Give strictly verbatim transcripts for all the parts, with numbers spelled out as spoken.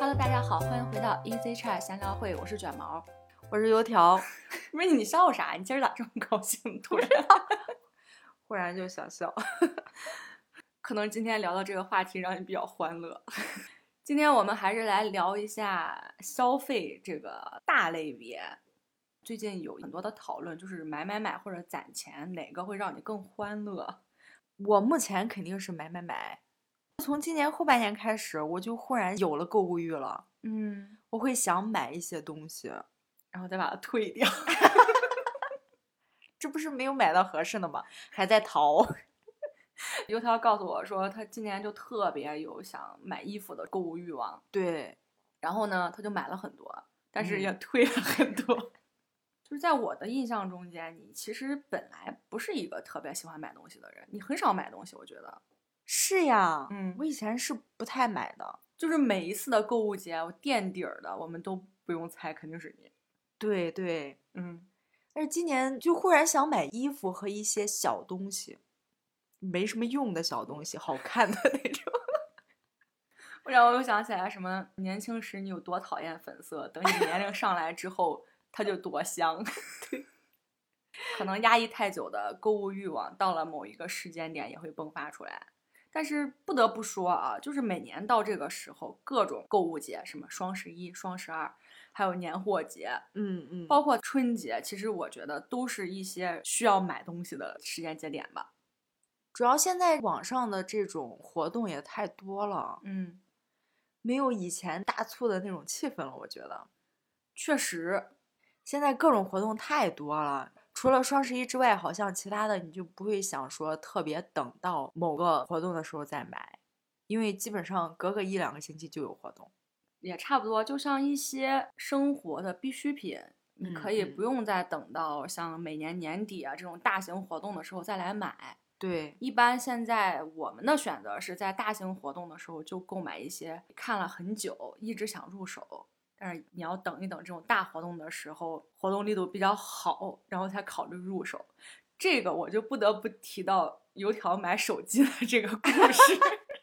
Hello， 大家好，欢迎回到 Easy Chat 闲聊会，我是卷毛， 我是油条。 不是你笑啥？你今儿咋这么高兴？突然， 忽然就想笑。 可能今天聊的这个话题让你比较欢乐。今天我们还是来聊一下消费这个大类别。最近有很多的讨论，就是买买买或者攒钱，哪个会让你更欢乐？ 我目前肯定是买买买。从今年后半年开始，我就忽然有了购物欲了。 嗯， 我会想买一些东西， 然后再把它退掉。 这不是没有买到合适的吗？还在淘。 油条告诉我说，他今年就特别有想买衣服的购物欲望。 对， 然后呢，他就买了很多，但是也退了很多。嗯、就是在我的印象中间，你其实本来不是一个特别喜欢买东西的人，你很少买东西，我觉得。 是呀， 嗯， 我以前是不太买的， 就是每一次的购物节，我垫底儿的，我们都不用猜，肯定是你。 对对， 嗯。 但是今年就忽然想买衣服和一些小东西，没什么用的小东西，好看的那种。 然后我又想起来，什么年轻时你有多讨厌粉色，等你年龄上来之后，它就多香。对。可能压抑太久的购物欲望，到了某一个时间点也会迸发出来。但是不得不说啊，就是每年到这个时候，各种购物节，什么双十一、双十二，还有年货节， 嗯嗯， 包括春节，其实我觉得都是一些需要买东西的时间节点吧。 主要现在网上的这种活动也太多了， 嗯， 没有以前大促的那种气氛了，我觉得。 确实， 现在各种活动太多了。除了双十一之外，好像其他的你就不会想说特别等到某个活动的时候再买，因为基本上隔个一两个星期就有活动。 也差不多，就像一些生活的必需品，你可以不用再等到像每年年底啊这种大型活动的时候再来买。 对， 一般现在我们的选择是在大型活动的时候就购买一些看了很久一直想入手，但是你要等一等这种大活动的时候活动力度比较好，然后才考虑入手。这个我就不得不提到油条买手机的这个故事。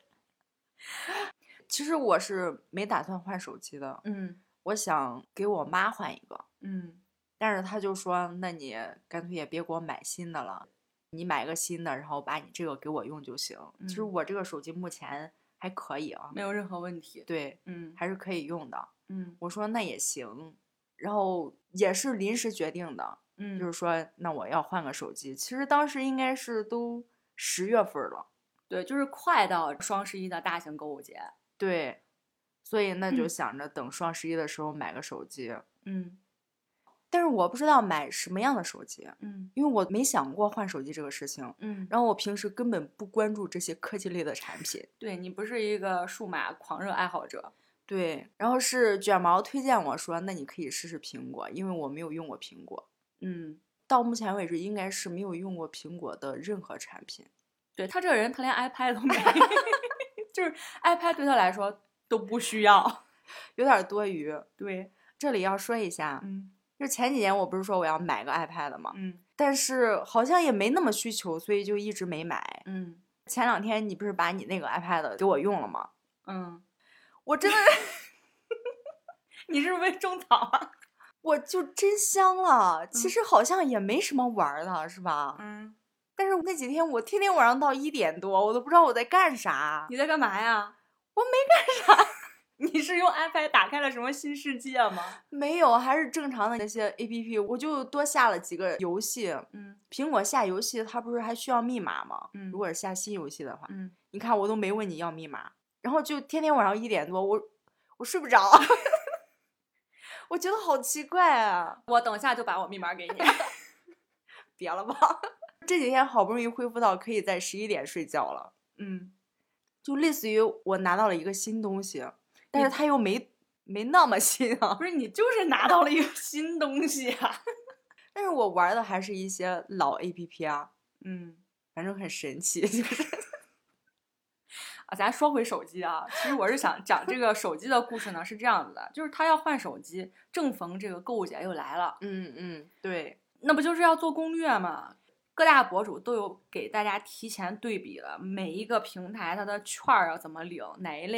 其实我是没打算换手机的， 嗯， 我想给我妈换一个， 嗯， 但是她就说，那你干脆也别给我买新的了，你买个新的，然后把你这个给我用就行。 嗯、 其实我这个手机目前还可以啊， 没有任何问题。 对， 嗯， 还是可以用的。 嗯， 我说那也行，然后也是临时决定的， 嗯， 就是说那我要换个手机。其实当时应该是都十月份了， 对，就是快到双十一的大型购物节。 对，所以那就想着等双十一的时候买个手机。 嗯， 但是我不知道买什么样的手机， 嗯， 因为我没想过换手机这个事情。 嗯， 然后我平时根本不关注这些科技类的产品。 对，你不是一个数码狂热爱好者。 对，然后是卷毛推荐我说，那你可以试试苹果，因为我没有用过苹果。 嗯， 到目前为止应该是没有用过苹果的任何产品。 对，他这个人，他连 iPad 都没。就是 iPad 对他来说都不需要， 有点多余。 对， 这里要说一下， 嗯， 就前几年我不是说我要买个 iPad 吗？ 嗯， 但是好像也没那么需求，所以就一直没买。 嗯， 前两天你不是把你那个 iPad 给我用了吗？ 嗯， 我真的， 你是不是被种草了？ 我就真香了。其实好像也没什么玩的，是吧？ 嗯。 但是那几天我天天晚上到一点多，我都不知道我在干啥。 你在干嘛呀？ 我没干啥。 你是用 iPad 打开了什么新世界吗？ 没有，还是正常的那些 A P P，我就多下了几个游戏。 嗯， 苹果下游戏它不是还需要密码吗？ 嗯， 如果是下新游戏的话， 嗯， 你看我都没问你要密码，然后就天天晚上一点多，我我睡不着。我觉得好奇怪啊！ 我等下就把我密码给你。 别了吧。这几天好不容易恢复到可以在十一点睡觉了， 嗯， 就类似于我拿到了一个新东西，但是它又没没那么新啊。 不是，你就是拿到了一个新东西啊。 但是我玩的还是一些老 A P P 啊， 嗯， 反正很神奇，就是啊，咱说回手机啊，其实我是想讲这个手机的故事呢，是这样子的，就是他要换手机，正逢这个购物节又来了， 嗯嗯，对， 那不就是要做攻略吗？各大博主都有给大家提前对比了每一个平台它的券儿要怎么领，哪一类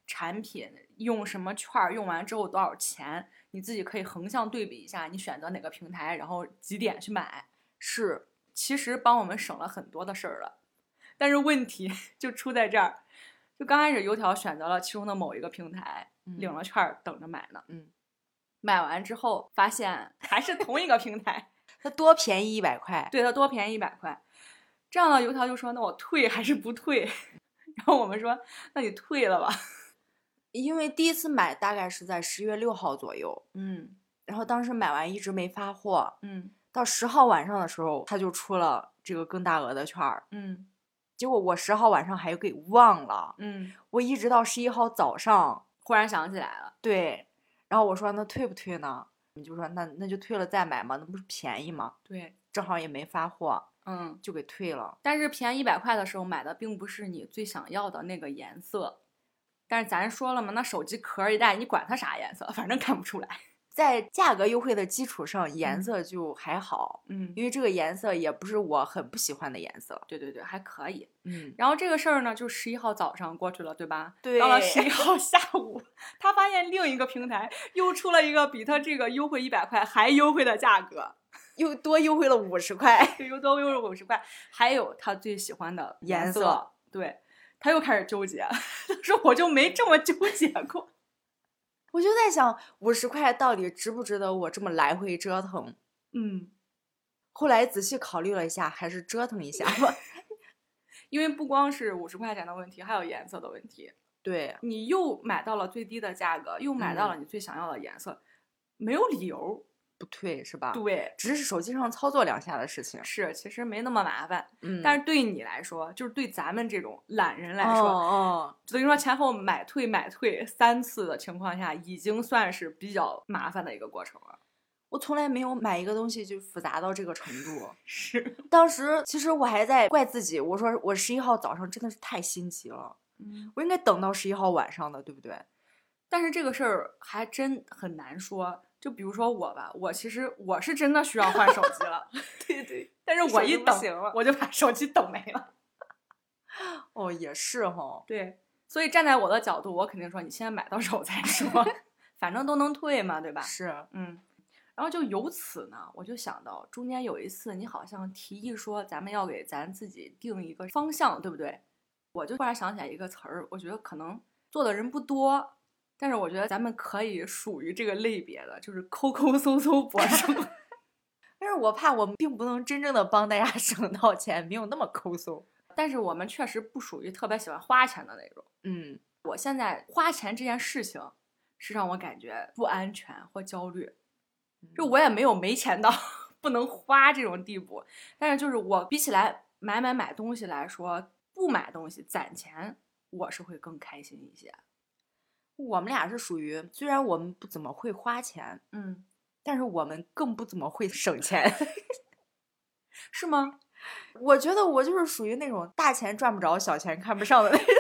产品用什么券儿，用完之后多少钱，你自己可以横向对比一下，你选择哪个平台，然后几点去买， 是， 其实帮我们省了很多的事儿了。但是问题就出在这儿，就刚开始油条选择了其中的某一个平台， 嗯、 领了券儿等着买呢， 嗯， 买完之后发现还是同一个平台， 它多便宜一百块， 对，它多便宜一百块。这样的油条就说：“那我退还是不退？”然后我们说：“那你退了吧。” 因为第一次买大概是在十月六号左右， 嗯， 然后当时买完一直没发货， 嗯， 到十号晚上的时候，他就出了这个更大额的券儿， 嗯， 结果我十号晚上还给忘了， 嗯， 我一直到十一号早上忽然想起来了， 对，然后我说那退不退呢？你就说那那就退了再买嘛，那不是便宜吗？ 对， 正好也没发货， 嗯， 就给退了。 但是便宜一百块的时候买的并不是你最想要的那个颜色，但是咱说了嘛，那手机壳一戴，你管它啥颜色，反正看不出来。 在价格优惠的基础上，颜色就还好， 嗯， 因为这个颜色也不是我很不喜欢的颜色。 对对对，还可以。 嗯， 然后这个事儿呢，就十一号早上过去了，对吧？ 对。 到了十一号下午，他发现另一个平台又出了一个比他这个优惠一百块还优惠的价格， 又多优惠了五十块， 对，又多优惠五十块，还有他最喜欢的颜色。 色对，他又开始纠结，他说我就没这么纠结过。 我就在想，五十块到底值不值得我这么来回折腾？ 嗯， 后来仔细考虑了一下，还是折腾一下吧。 因为不光是五十块钱的问题，还有颜色的问题。 对， 你又买到了最低的价格，又买到了你最想要的颜色，嗯、没有理由不退是吧？ 对， 只是手机上操作两下的事情。 是，其实没那么麻烦。 嗯， 但是对你来说，就是对咱们这种懒人来说， 哦哦， 等于说前后买退买退三次的情况下，已经算是比较麻烦的一个过程了。 我从来没有买一个东西就复杂到这个程度。 是， 当时其实我还在怪自己，我说我十一号早上真的是太心急了， 嗯， 我应该等到十一号晚上的，对不对？ 但是这个事儿还真很难说。就比如说我吧，我其实我是真的需要换手机了， 对对， 但是我一等我就把手机等没了。 哦，也是哈。 对，所以站在我的角度，我肯定说你先买到手再说，反正都能退嘛，对吧？ 是， 嗯。然后就由此呢，我就想到中间有一次你好像提议说咱们要给咱自己定一个方向，对不对？我就忽然想起来一个词儿，我觉得可能做的人不多，但是我觉得咱们可以属于这个类别的，就是抠抠搜搜博主。 但是我怕我们并不能真正的帮大家省到钱，没有那么抠搜。 但是我们确实不属于特别喜欢花钱的那种。 嗯， 我现在花钱这件事情是让我感觉不安全或焦虑。就我也没有没钱到不能花这种地步，但是就是我比起来买买买东西来说，不买东西攒钱，我是会更开心一些。 我们俩是属于虽然我们不怎么会花钱， 嗯， 但是我们更不怎么会省钱。 是吗？ 我觉得我就是属于那种大钱赚不着，小钱看不上的那种。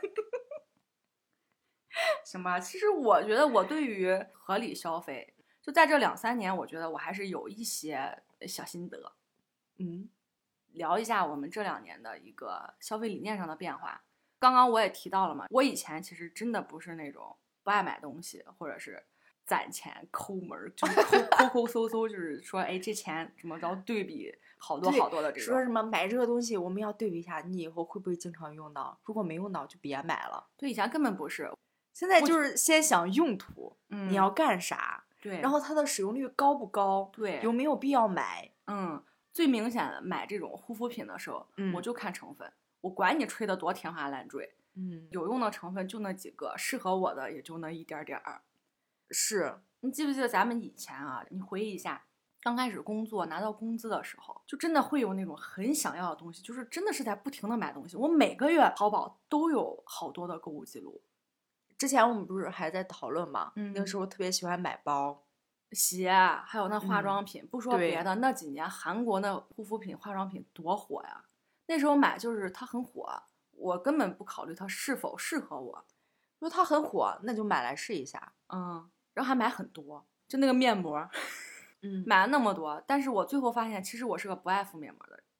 行吧，其实我觉得我对于合理消费。就在这两三年，我觉得我还是有一些小心得。 嗯， 聊一下我们这两年的一个消费理念上的变化。刚刚我也提到了嘛，我以前其实真的不是那种不爱买东西，或者是攒钱抠门，就是抠抠抠搜搜，就是说，哎，这钱什么，然后对比好多好多的这种。 说什么买这个东西，我们要对比一下，你以后会不会经常用到？如果没用到，就别买了。 对，以前根本不是。 现在就是先想用途， 嗯， 你要干啥？ 对， 然后它的使用率高不高？ 对， 有没有必要买？ 嗯，最明显的买这种护肤品的时候， 嗯， 我就看成分，我管你吹得多天花乱坠， 嗯， 有用的成分就那几个，适合我的也就那一点点儿。 是， 你记不记得咱们以前啊？你回忆一下，刚开始工作拿到工资的时候，就真的会有那种很想要的东西，就是真的是在不停的买东西。我每个月淘宝都有好多的购物记录。 之前我们不是还在讨论吗？ 嗯， 那个时候特别喜欢买包、 鞋，还有那化妆品。嗯、不说别的，那几年韩国那护肤品、化妆品多火呀！那时候买就是它很火，我根本不考虑它是否适合我。 如果它很火，那就买来试一下。 嗯，然后还买很多，就那个面膜， 嗯， 买了那么多，但是我最后发现，其实我是个不爱敷面膜的人。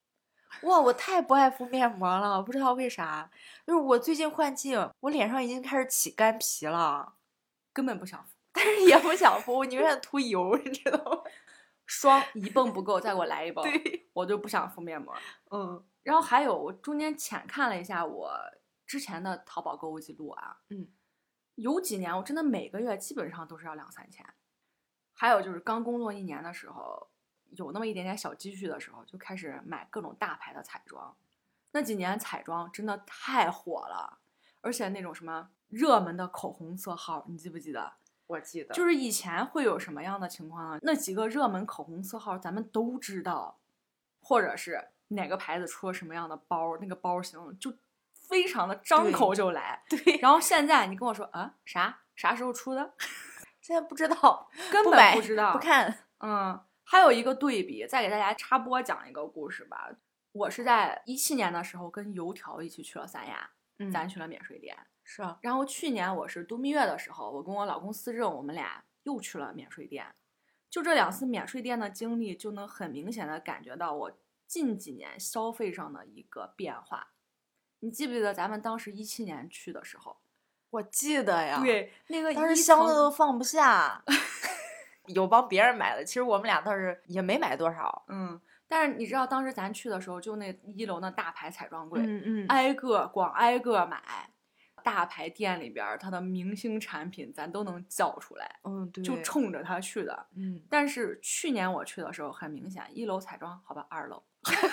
哇，我太不爱敷面膜了，不知道为啥。就是我最近换季，我脸上已经开始起干皮了， 根本不想敷， 但是也不想敷，我宁愿涂油，你知道吗？ 霜一泵不够，再给我来一泵。 对， 我就不想敷面膜。 嗯然后还有，我中间浅看了一下我之前的淘宝购物记录啊， 嗯， 有几年我真的每个月基本上都是要两三千。还有就是刚工作一年的时候，有那么一点点小积蓄的时候，就开始买各种大牌的彩妆。那几年彩妆真的太火了，而且那种什么热门的口红色号，你记不记得？ 我记得， 就是以前会有什么样的情况呢？那几个热门口红色号咱们都知道，或者是哪个牌子出了什么样的包，那个包型就非常的张口就来。 对， 然后现在你跟我说啊啥啥时候出的， 现在不知道， 根不买本不知道， 不看。 嗯，还有一个对比，再给大家插播讲一个故事吧。我是在一七年的时候跟油条一起去了三亚， 嗯， 咱去了免税店。 是啊， 然后去年我是度蜜月的时候，我跟我老公思政，我们俩又去了免税店。就这两次免税店的经历，就能很明显的感觉到我近几年消费上的一个变化。你记不记得咱们当时一七年去的时候？ 我记得呀。 对，那个当时一层箱子都放不下，有帮别人买的，其实我们俩倒是也没买多少。 嗯，但是你知道当时咱去的时候，就那一楼那大牌彩妆柜， 嗯嗯， 挨个光挨个买。大牌店里边它的明星产品咱都能叫出来， 嗯对， 就冲着它去的。 嗯， 但是去年我去的时候，很明显，一楼彩妆，好吧，二楼，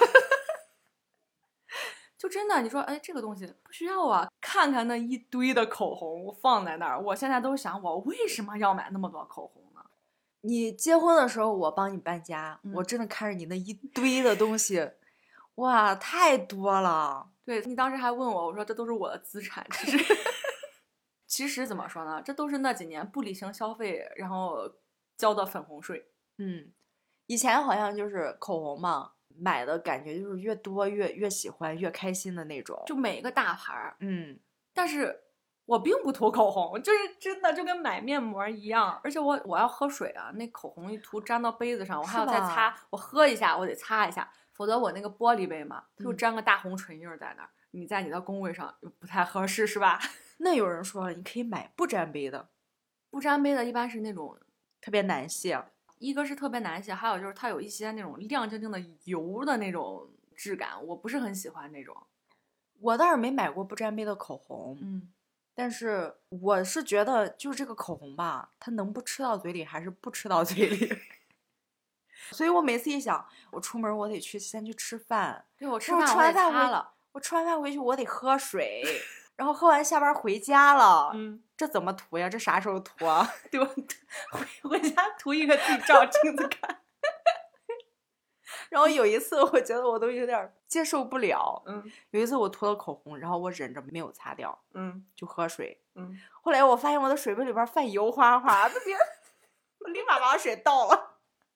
就真的，你说，哎，这个东西不需要啊。看看那一堆的口红放在那儿，我现在都想，我为什么要买那么多口红呢？ 你结婚的时候我帮你搬家， 嗯我真的看着你那一堆的东西，哇，太多了。 对，你当时还问我，我说这都是我的资产，其实其实怎么说呢，这都是那几年不理性消费，然后交的粉红税。 嗯，以前好像就是口红嘛，买的感觉就是越多越越喜欢，越开心的那种。 就每一个大牌儿， 嗯， 但是我并不涂口红，就是真的就跟买面膜一样，而且我我要喝水啊，那口红一涂粘到杯子上，我还要再擦，我喝一下我得擦一下，否则我那个玻璃杯嘛，它就粘个大红唇印在那儿，嗯、你在你的工位上又不太合适，是吧？ 那有人说了，你可以买不粘杯的， 不粘杯的一般是那种特别难卸。 一个是特别难卸，还有就是它有一些那种亮晶晶的油的那种质感，我不是很喜欢那种。 我倒是没买过不粘杯的口红， 嗯， 但是我是觉得就是这个口红吧，它能不吃到嘴里还是不吃到嘴里。所以我每次一想，我出门我得去先去吃饭， 对我吃然后饭我得吃完饭回擦了， 我吃完饭回去我得喝水，然后喝完下班回家了， 嗯， 这怎么涂呀？这啥时候涂啊？ 对吧？回回家涂一个自己照镜子看。 然后有一次我觉得我都有点接受不了， 嗯有一次我涂了口红，然后我忍着没有擦掉， 嗯就喝水， 嗯， 后来我发现我的水杯里边泛油花花，特别，我立马把水倒了。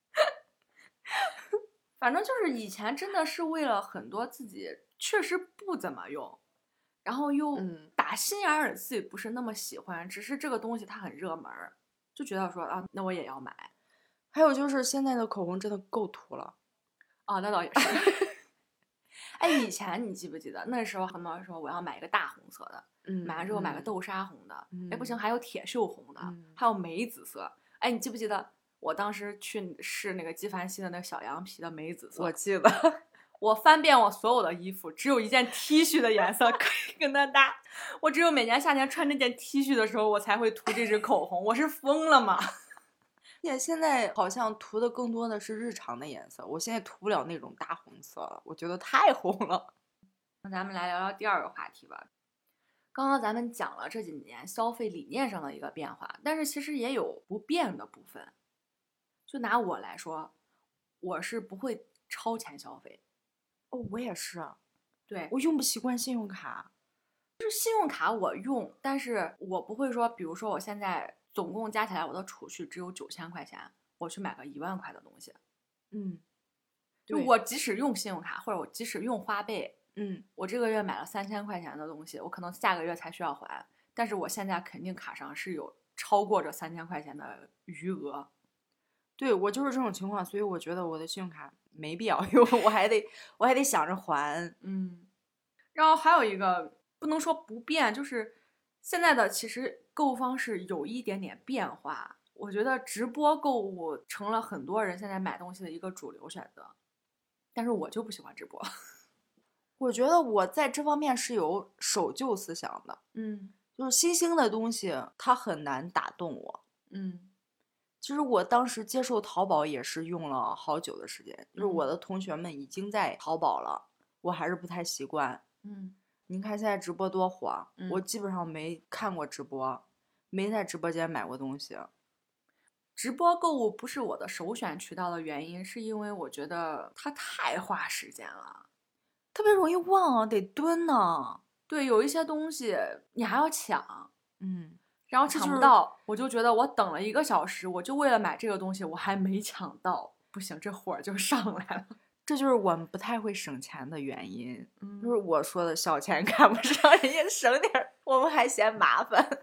反正就是以前真的是为了很多自己确实不怎么用，然后又嗯打心眼儿里自己不是那么喜欢，只是这个东西它很热门儿，就觉得说啊，那我也要买。 还有就是现在的口红真的够涂了。 啊，那倒也是。哎，以前你记不记得那时候很多人说我要买一个大红色的， 嗯， 买完之后买个嗯豆沙红的， 嗯哎不行还有铁锈红的， 嗯还有梅紫色。哎，你记不记得我当时去试那个纪梵希的那个小羊皮的梅紫色？ 我记得。 我翻遍我所有的衣服，只有一件 T 恤的颜色可以跟它搭。我只有每年夏天穿这件 T 恤的时候，我才会涂这支口红。我是疯了吗？ 也现在好像涂的更多的是日常的颜色，我现在涂不了那种大红色了，我觉得太红了。 那咱们来聊聊第二个话题吧。刚刚咱们讲了这几年消费理念上的一个变化，但是其实也有不变的部分。就拿我来说，我是不会超前消费。 哦，我也是， 对， 我用不习惯信用卡。 就是信用卡我用，但是我不会说，比如说我现在总共加起来我的储蓄只有九千块钱，我去买个一万块的东西。 嗯， 就我即使用信用卡，或者我即使用花呗， 嗯， 我这个月买了三千块钱的东西，我可能下个月才需要还，但是我现在肯定卡上是有超过这三千块钱的余额。 对，我就是这种情况，所以我觉得我的信用卡没必要用，我还得我还得想着还。 嗯，然后还有一个不能说不变，就是现在的其实购物方式有一点点变化。我觉得直播购物成了很多人现在买东西的一个主流选择，但是我就不喜欢直播。 我觉得我在这方面是有守旧思想的， 嗯就是新兴的东西它很难打动我。 嗯其实我当时接受淘宝也是用了好久的时间，就是我嗯的同学们已经在淘宝了，我还是不太习惯。 嗯您看现在直播多火， 嗯我基本上没看过直播，没在直播间买过东西。 直播购物不是我的首选渠道的原因，是因为我觉得它太花时间了。 特别容易忘啊，得蹲呢。 对，有一些东西你还要抢， 嗯， 然后这就是抢不到，我就觉得我等了一个小时，我就为了买这个东西，我还没抢到，不行，这火就上来了。 这就是我们不太会省钱的原因。 嗯就是我说的小钱看不上，人家省点儿，我们还嫌麻烦。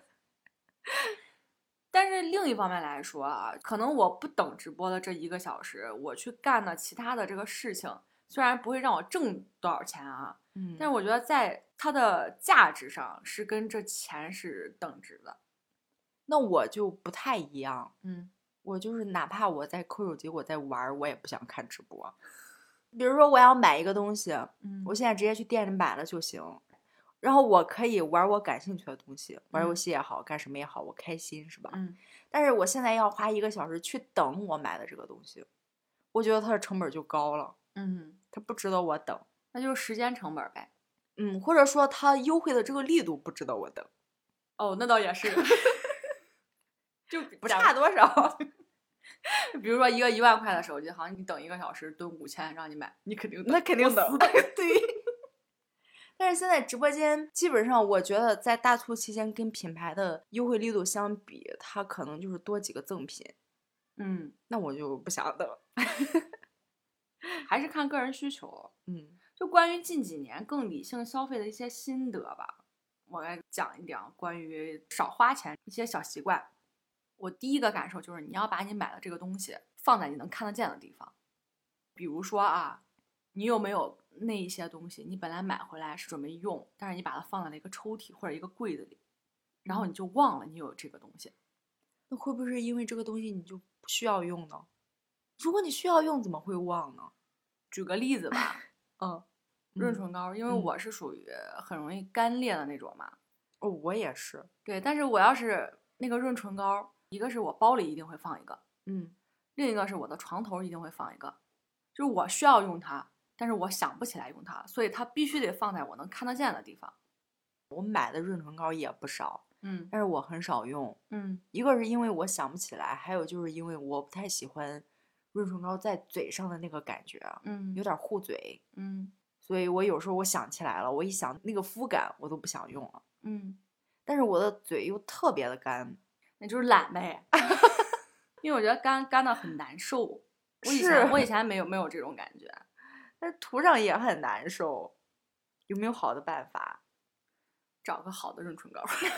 但是另一方面来说啊，可能我不等直播的这一个小时，我去干的其他的这个事情，虽然不会让我挣多少钱啊， 嗯， 但是我觉得在它的价值上是跟这钱是等值的。 那我就不太一样。 嗯我就是哪怕我在抠手机，我在玩儿，我也不想看直播。比如说我要买一个东西， 嗯我现在直接去店里买了就行。然后我可以玩我感兴趣的东西，玩游戏也好，干什么也好，我开心是吧？ 嗯， 但是我现在要花一个小时去等我买的这个东西，我觉得它的成本就高了， 嗯， 它不值得我等。 那就是时间成本呗。 嗯，或者说它优惠的这个力度不值得我等， 哦，那倒也是，就不差多少。 比如说一个一万块的手机，好像你等一个小时蹲五千让你买，你肯定等那肯定等我死等。 对。但是现在直播间基本上，我觉得在大促期间跟品牌的优惠力度相比，它可能就是多几个赠品， 嗯， 那我就不想等。 还是看个人需求。 嗯就关于近几年更理性消费的一些心得吧，我来讲一讲关于少花钱一些小习惯。我第一个感受就是，你要把你买的这个东西放在你能看得见的地方。比如说啊，你有没有那一些东西，你本来买回来是准备用，但是你把它放在了一个抽屉或者一个柜子里，然后你就忘了你有这个东西。 那会不会是因为这个东西你就不需要用呢？如果你需要用，怎么会忘呢？ 举个例子吧， 嗯， 润唇膏，因为我是属于很容易干裂的那种嘛。 哦，我也是。 对，但是我要是那个润唇膏，一个是我包里一定会放一个， 嗯， 另一个是我的床头一定会放一个，就是我需要用它，但是我想不起来用它，所以它必须得放在我能看得见的地方。 我买的润唇膏也不少， 嗯但是我很少用。 嗯一个是因为我想不起来，还有就是因为我不太喜欢润唇膏在嘴上的那个感觉， 嗯有点护嘴， 嗯所以我有时候我想起来了，我一想那个肤感，我都不想用了。 嗯， 但是我的嘴又特别的干， 那就是懒呗。因为我觉得干干的很难受。我以前是我以前没有没有这种感觉。 但是涂上也很难受。有没有好的办法？ 找个好的润唇膏。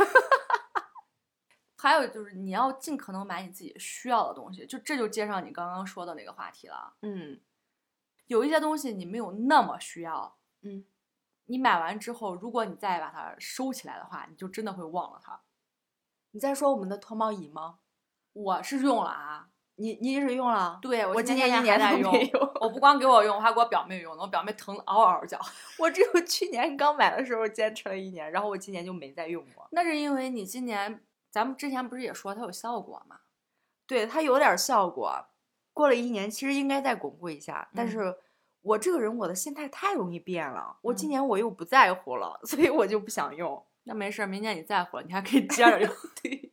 还有就是你要尽可能买你自己需要的东西，就这就接上你刚刚说的那个话题了。 嗯有一些东西你没有那么需要， 嗯， 你买完之后，如果你再把它收起来的话，你就真的会忘了它。 你在说我们的脱毛仪吗？ 我是用了啊， 你你一直用了？ 对我今年年一年还在用都没有。 我不光给我用，我还给我表妹用，我表妹疼得嗷嗷叫。 我只有去年刚买的时候坚持了一年，然后我今年就没再用过。 那是因为你今年，咱们之前不是也说它有效果吗？ 对，它有点效果，过了一年其实应该再巩固一下，但嗯是我这个人我的心态太容易变了，我今嗯年我又不在乎了，所以我就不想用。 那没事，明年你在乎了，你还可以接着用。 对，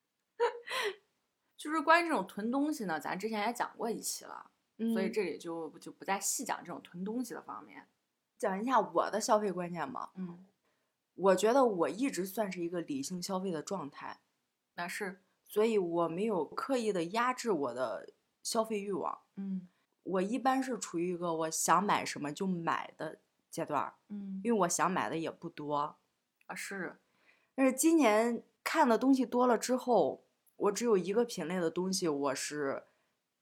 就是关于这种囤东西呢，咱之前也讲过一期了， 嗯所以这里就就不再细讲这种囤东西的方面。 讲一下我的消费观念吧。 嗯， 我觉得我一直算是一个理性消费的状态， 那是， 所以我没有刻意的压制我的消费欲望。 嗯我一般是处于一个我想买什么就买的阶段， 嗯， 因为我想买的也不多。 啊是， 但是今年看的东西多了之后，我只有一个品类的东西我是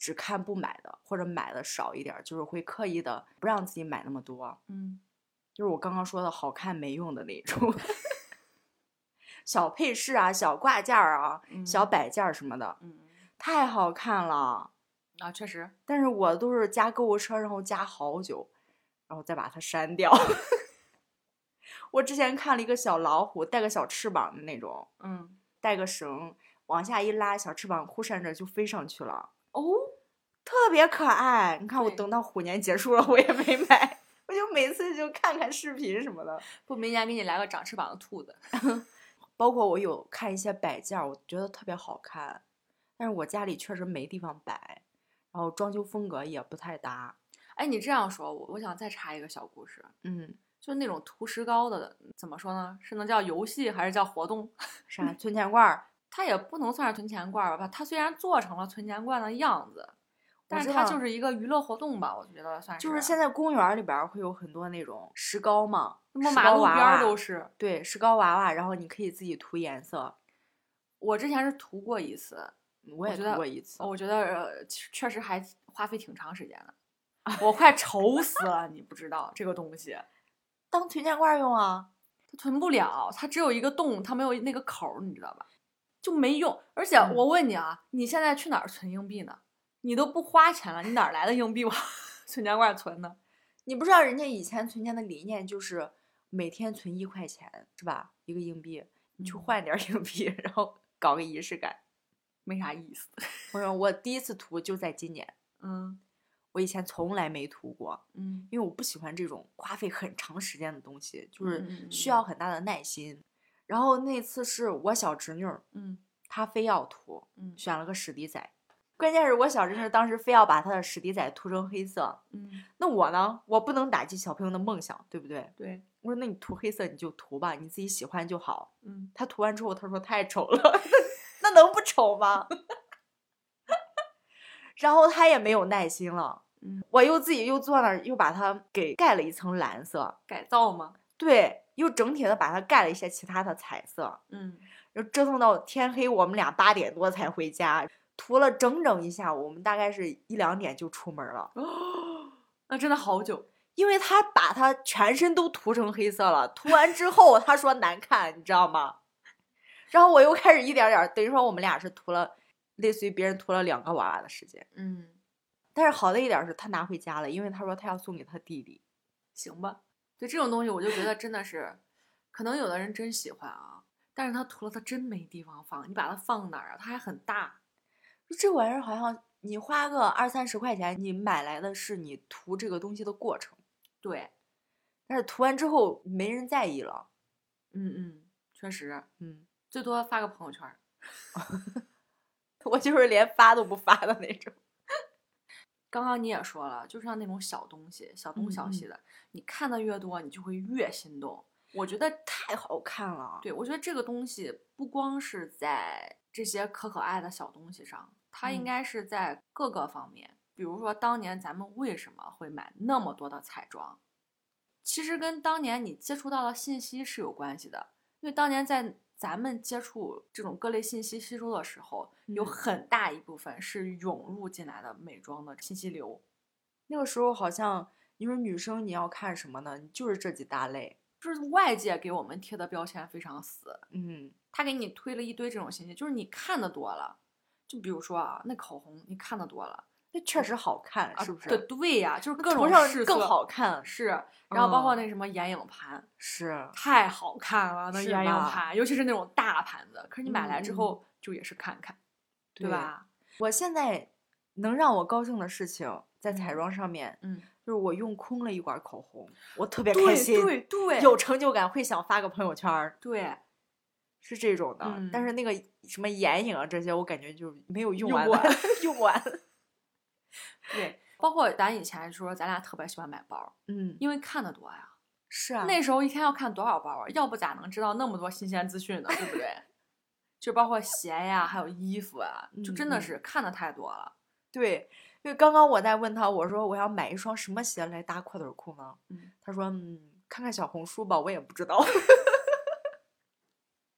只看不买的，或者买的少一点，就是会刻意的不让自己买那么多。 嗯， 就是我刚刚说的好看没用的那种小配饰啊、小挂件儿啊、 嗯、 小摆件儿什么的， 嗯， 太好看了啊，确实。 但是我都是加购物车，然后加好久，然后再把它删掉。我之前看了一个小老虎，带个小翅膀的那种， 嗯， 带个绳往下一拉，小翅膀忽闪着就飞上去了。 哦， 特别可爱。你看我等到虎年结束了，我也没买，我就每次就看看视频什么的。 不，明年给你来个长翅膀的兔子。 包括我有看一些摆件，我觉得特别好看，但是我家里确实没地方摆，然后装修风格也不太搭。 哎，你这样说，我我想再插一个小故事。 嗯， 就那种涂石膏的，怎么说呢？是能叫游戏还是叫活动？ 啥存钱罐？ 它也不能算是存钱罐吧？它虽然做成了存钱罐的样子，但是它就是一个娱乐活动吧？我觉得算是。 就是现在公园里边会有很多那种石膏嘛， 那么马路边都是。 对，石膏娃娃，然后你可以自己涂颜色。 我之前是涂过一次， 我也涂过一次。 我觉得呃，确实还花费挺长时间的。我快愁死了，你不知道这个东西当存钱罐用啊？ 它存不了，它只有一个洞，它没有那个口，你知道吧？就没用。而且我问你啊，嗯、你现在去哪儿存硬币呢？你都不花钱了，你哪来的硬币往存钱罐存呢？ 你不知道人家以前存钱的理念就是每天存一块钱，是吧？一个硬币，你去换点硬币，嗯、然后搞个仪式感， 没啥意思。 朋友，我第一次涂就在今年。 嗯。 我以前从来没涂过， 嗯， 因为我不喜欢这种花费很长时间的东西，就是需要很大的耐心。嗯、然后那次是我小侄女， 嗯， 她非要涂， 嗯， 选了个史迪仔，关键是我小侄女当时非要把她的史迪仔涂成黑色， 嗯， 那我呢，我不能打击小朋友的梦想，对不对？ 对， 我说那你涂黑色你就涂吧，你自己喜欢就好。 嗯， 她涂完之后，她说太丑了，那能不丑吗？然后她也没有耐心了。 嗯， 我又自己又坐那儿，又把它给盖了一层蓝色， 改造吗？ 对，又整体的把它盖了一些其他的彩色。 嗯， 然后折腾到天黑，我们俩八点多才回家，涂了整整一下午，我们大概是一两点就出门了。 哦，那真的好久， 因为他把他全身都涂成黑色了，涂完之后他说难看，你知道吗？然后我又开始一点点，等于说我们俩是涂了，类似于别人涂了两个娃娃的时间。 嗯。 但是好的一点是他拿回家了，因为他说他要送给他弟弟。 行吧，对这种东西我就觉得真的是，可能有的人真喜欢啊，但是他涂了他真没地方放，你把它放哪儿啊？它还很大， 这玩意儿好像你花个二三十块钱，你买来的是你涂这个东西的过程。 对， 但是涂完之后没人在意了。 嗯嗯，确实， 嗯， 最多发个朋友圈。 我就是连发都不发的那种。 刚刚你也说了，就像那种小东西，小东小西的，嗯嗯你看的越多，你就会越心动。我觉得太好看了。 对，我觉得这个东西不光是在这些可可爱的小东西上，它应该是在各个方面。嗯、比如说，当年咱们为什么会买那么多的彩妆，其实跟当年你接触到的信息是有关系的。因为当年在咱们接触这种各类信息吸收的时候， 嗯、 有很大一部分是涌入进来的美妆的信息流。 那个时候好像你说女生你要看什么呢？你就是这几大类， 就是外界给我们贴的标签非常死。 嗯， 他给你推了一堆这种信息，就是你看的多了，就比如说啊，那口红你看的多了， 那确实好看， 啊、 是不是？ 对对呀，就是各种试色更好看。 是，然后包括那什么眼影盘， 嗯、是太好看了，那眼影盘，尤其是那种大盘子。可是你买来之后， 嗯、 就也是看看， 对, 对吧？ 我现在能让我高兴的事情，在彩妆上面， 嗯， 就是我用空了一管口红，我特别开心， 对对对， 有成就感，会想发个朋友圈， 对， 是这种的。 嗯、 但是那个什么眼影啊这些，我感觉就没有用完， 用完， 用完。 对，包括咱以前说，咱俩特别喜欢买包， 嗯， 因为看的多呀。 是啊， 那时候一天要看多少包啊？要不咋能知道那么多新鲜资讯呢？对不对？就包括鞋呀，还有衣服啊，就真的是看的太多了。 嗯、对，因为刚刚我在问他，我说我要买一双什么鞋来搭阔腿裤呢？ 嗯， 他说嗯，看看小红书吧，我也不知道。 这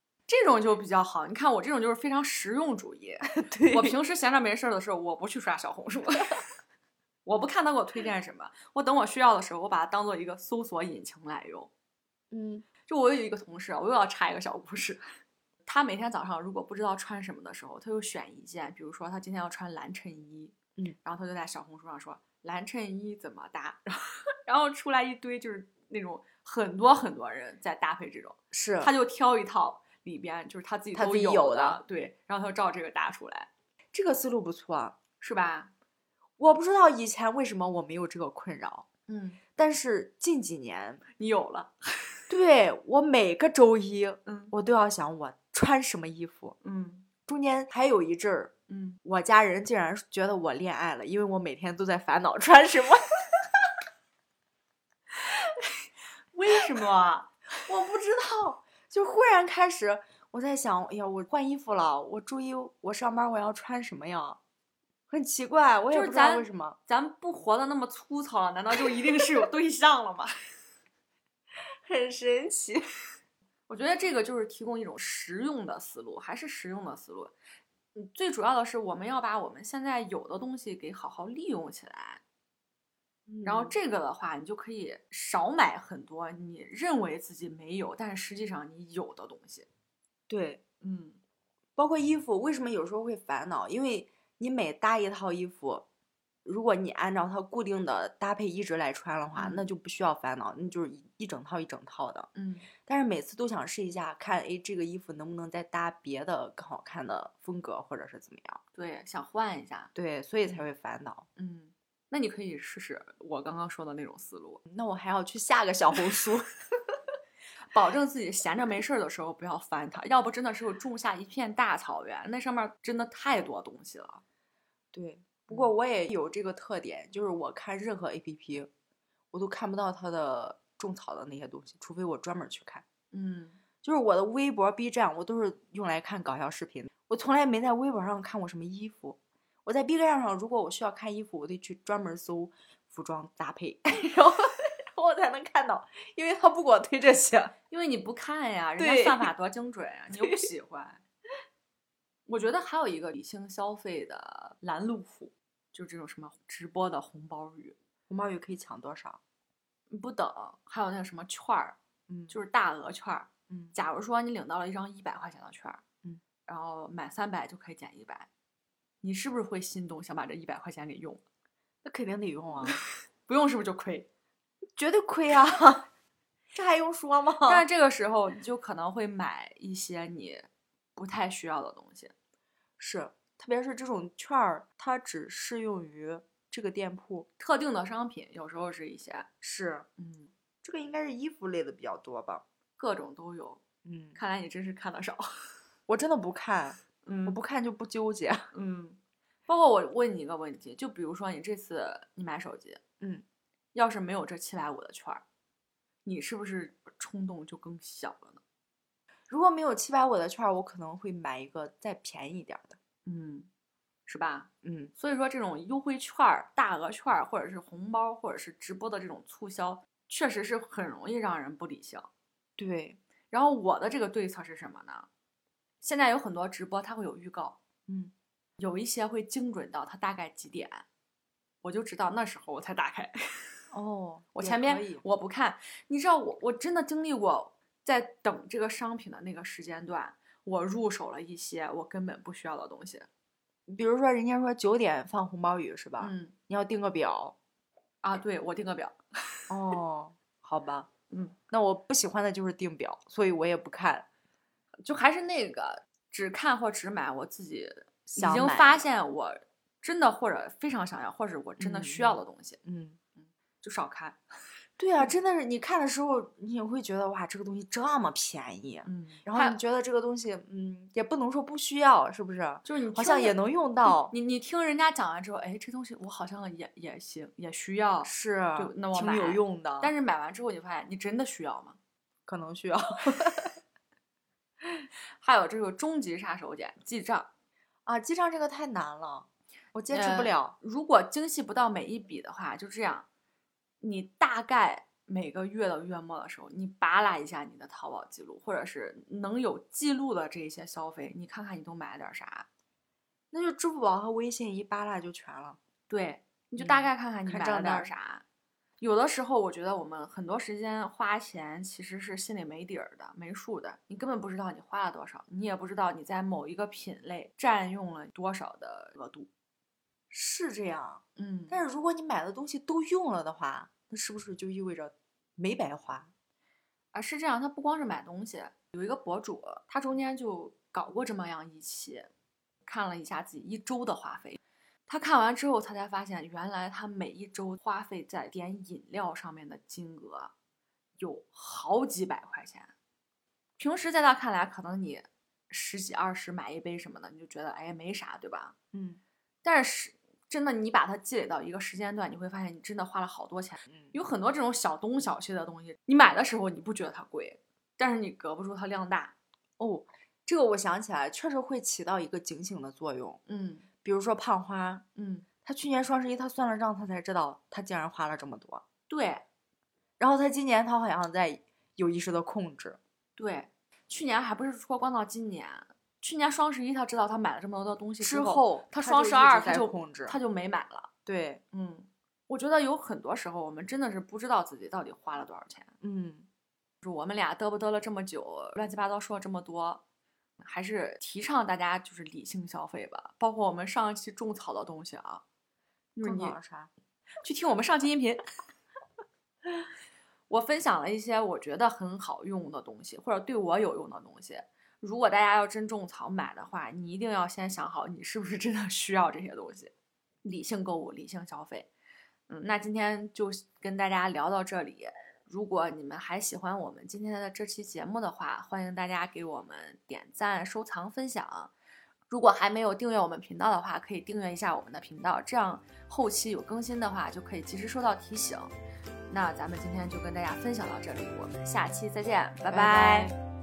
种就比较好。你看我这种就是非常实用主义。 对， 我平时闲着没事的时候，我不去刷小红书，我不看他给我推荐什么，我等我需要的时候，我把它当做一个搜索引擎来用。 嗯， 就我有一个同事，我又要插一个小故事。他每天早上如果不知道穿什么的时候，他就选一件，比如说他今天要穿蓝衬衣， 嗯， 然后他就在小红书上说蓝衬衣怎么搭，然后然后出来一堆就是那种很多很多人在搭配这种， 是， 他就挑一套里边就是他自己都他自己有有的， 对，然后他就照这个搭出来， 这个思路不错， 是吧？ 我不知道以前为什么我没有这个困扰， 嗯， 但是近几年你有了。 对，我每个周一， 嗯， 我都要想我穿什么衣服。 嗯， 中间还有一阵儿， 嗯， 我家人竟然觉得我恋爱了，因为我每天都在烦恼穿什么。 为什么？ 我不知道，就忽然开始我在想，哎呀，我换衣服了，我周一我上班我要穿什么呀？很奇怪，我也不知道为什么。 咱不活得那么粗糙了，难道就一定是有对象了吗？ 很神奇。 我觉得这个就是提供一种实用的思路，还是实用的思路。嗯，最主要的是我们要把我们现在有的东西给好好利用起来。 嗯、 然后这个的话，你就可以少买很多你认为自己没有，但是实际上你有的东西。 对， 嗯， 包括衣服，为什么有时候会烦恼？因为你每搭一套衣服，如果你按照它固定的搭配一直来穿的话， 嗯、 那就不需要烦恼，那就是一整套一整套的。 嗯， 但是每次都想试一下，看哎这个衣服能不能再搭别的更好看的风格，或者是怎么样？ 对，想换一下。 对，所以才会烦恼。 嗯，那你可以试试我刚刚说的那种思路。 那我还要去下个小红书。 保证自己闲着没事的时候不要翻它，要不真的是会种下一片大草原，那上面真的太多东西了。 对，不过我也有这个特点，就是我看任何 A P P， 我都看不到它的种草的那些东西，除非我专门去看。 嗯， 就是我的微博、B 站，我都是用来看搞笑视频，我从来没在微博上看过什么衣服。我在 B 站上，如果我需要看衣服，我得去专门搜服装搭配，然后。我才能看到，因为他不给我推这些， 因为你不看呀，人家算法多精准呀，你又不喜欢。我觉得还有一个理性消费的拦路虎，就这种什么直播的红包雨， 红包雨可以抢多少？ 不等，还有那个什么券儿， 嗯， 就是大额券儿， 嗯， 假如说你领到了一张一百块钱的券儿， 嗯， 然后满三百就可以减一百，你是不是会心动，想把这一百块钱给用？ 那肯定得用啊， 不用是不是就亏？ 绝对亏啊，这还用说吗？ 但是这个时候你就可能会买一些你不太需要的东西， 是，特别是这种券儿，它只适用于这个店铺特定的商品，有时候是一些是， 嗯， 这个应该是衣服类的比较多吧， 各种都有。 嗯， 看来你真是看得少。 我真的不看， 嗯， 我不看就不纠结。 嗯，包括我问你一个问题，就比如说你这次你买手机， 嗯。 要是没有这七百五的券儿，你是不是冲动就更小了呢？ 如果没有七百五的券儿，我可能会买一个再便宜一点的， 嗯，是吧？ 嗯， 所以说这种优惠券儿、大额券儿，或者是红包，或者是直播的这种促销，确实是很容易让人不理性。 对。 然后我的这个对策是什么呢？现在有很多直播它会有预告， 嗯， 有一些会精准到它大概几点，我就知道那时候我才打开。 哦， 我前边我不看，你知道我我真的经历过在等这个商品的那个时间段，我入手了一些我根本不需要的东西。 比如说人家说九点放红包雨是吧？ 嗯， 你要订个表。 啊，对，我订个表。 哦，好吧， 嗯， 那我不喜欢的就是订表，所以我也不看， 就还是那个只看或只买我自己已经买发现我真的或者非常想要，或者我真的需要的东西， 嗯， 就少看。 对啊，真的是你看的时候，你也会觉得哇，这个东西这么便宜， 嗯， 然后你觉得这个东西，嗯，也不能说不需要，是不是？ 就是你好像也能用到。 你你听人家讲完之后，哎，这东西我好像也也行，也需要， 是， 就那我挺买有用的。 但是买完之后，你发现你真的需要吗？ 可能需要。 还有这个终极杀手锏，记账啊，记账这个太难了，我坚持不了。 呃、如果精细不到每一笔的话，就这样，你大概每个月的月末的时候，你扒拉一下你的淘宝记录，或者是能有记录的这些消费，你看看你都买了点啥。 那就支付宝和微信一扒拉就全了。 对，你就大概看嗯、 看你看买了点账单啥。有的时候我觉得我们很多时间花钱其实是心里没底儿的、没数的，你根本不知道你花了多少，你也不知道你在某一个品类占用了多少的额度。 是这样， 嗯， 但是如果你买的东西都用了的话，那是不是就意味着没白花？ 啊，是这样，他不光是买东西，有一个博主，他中间就搞过这么样一期，看了一下自己一周的花费。他看完之后，他才发现原来他每一周花费在点饮料上面的金额有好几百块钱。平时在他看来，可能你十几二十买一杯什么的，你就觉得哎没啥，对吧？ 嗯， 但是真的你把它积累到一个时间段，你会发现你真的花了好多钱。 嗯， 有很多这种小东小西的东西，你买的时候你不觉得它贵，但是你隔不住它量大。 哦，这个我想起来，确实会起到一个警醒的作用。 嗯比如说胖花， 嗯， 他去年双十一他算了账，他才知道他竟然花了这么多。 对然后他今年他好像在有意识的控制。 对，去年还不是说光到今年，去年双十一他知道他买了这么多东西之后， 后他他就一双十二直他就在控制他就没买了。 对， 嗯，我觉得有很多时候我们真的是不知道自己到底花了多少钱。 嗯， 我们俩嘚不嘚了这么久，乱七八糟说了这么多，还是提倡大家就是理性消费吧。包括我们上一期种草的东西啊，就是种你草了啥？ 去听我们上期音频，我分享了一些我觉得很好用的东西，或者对我有用的东西。如果大家要真种草买的话，你一定要先想好你是不是真的需要这些东西。理性购物，理性消费。嗯，那今天就跟大家聊到这里。如果你们还喜欢我们今天的这期节目的话，欢迎大家给我们点赞、收藏、分享。如果还没有订阅我们频道的话，可以订阅一下我们的频道，这样后期有更新的话就可以及时收到提醒。那咱们今天就跟大家分享到这里，我们下期再见，拜拜。 拜拜。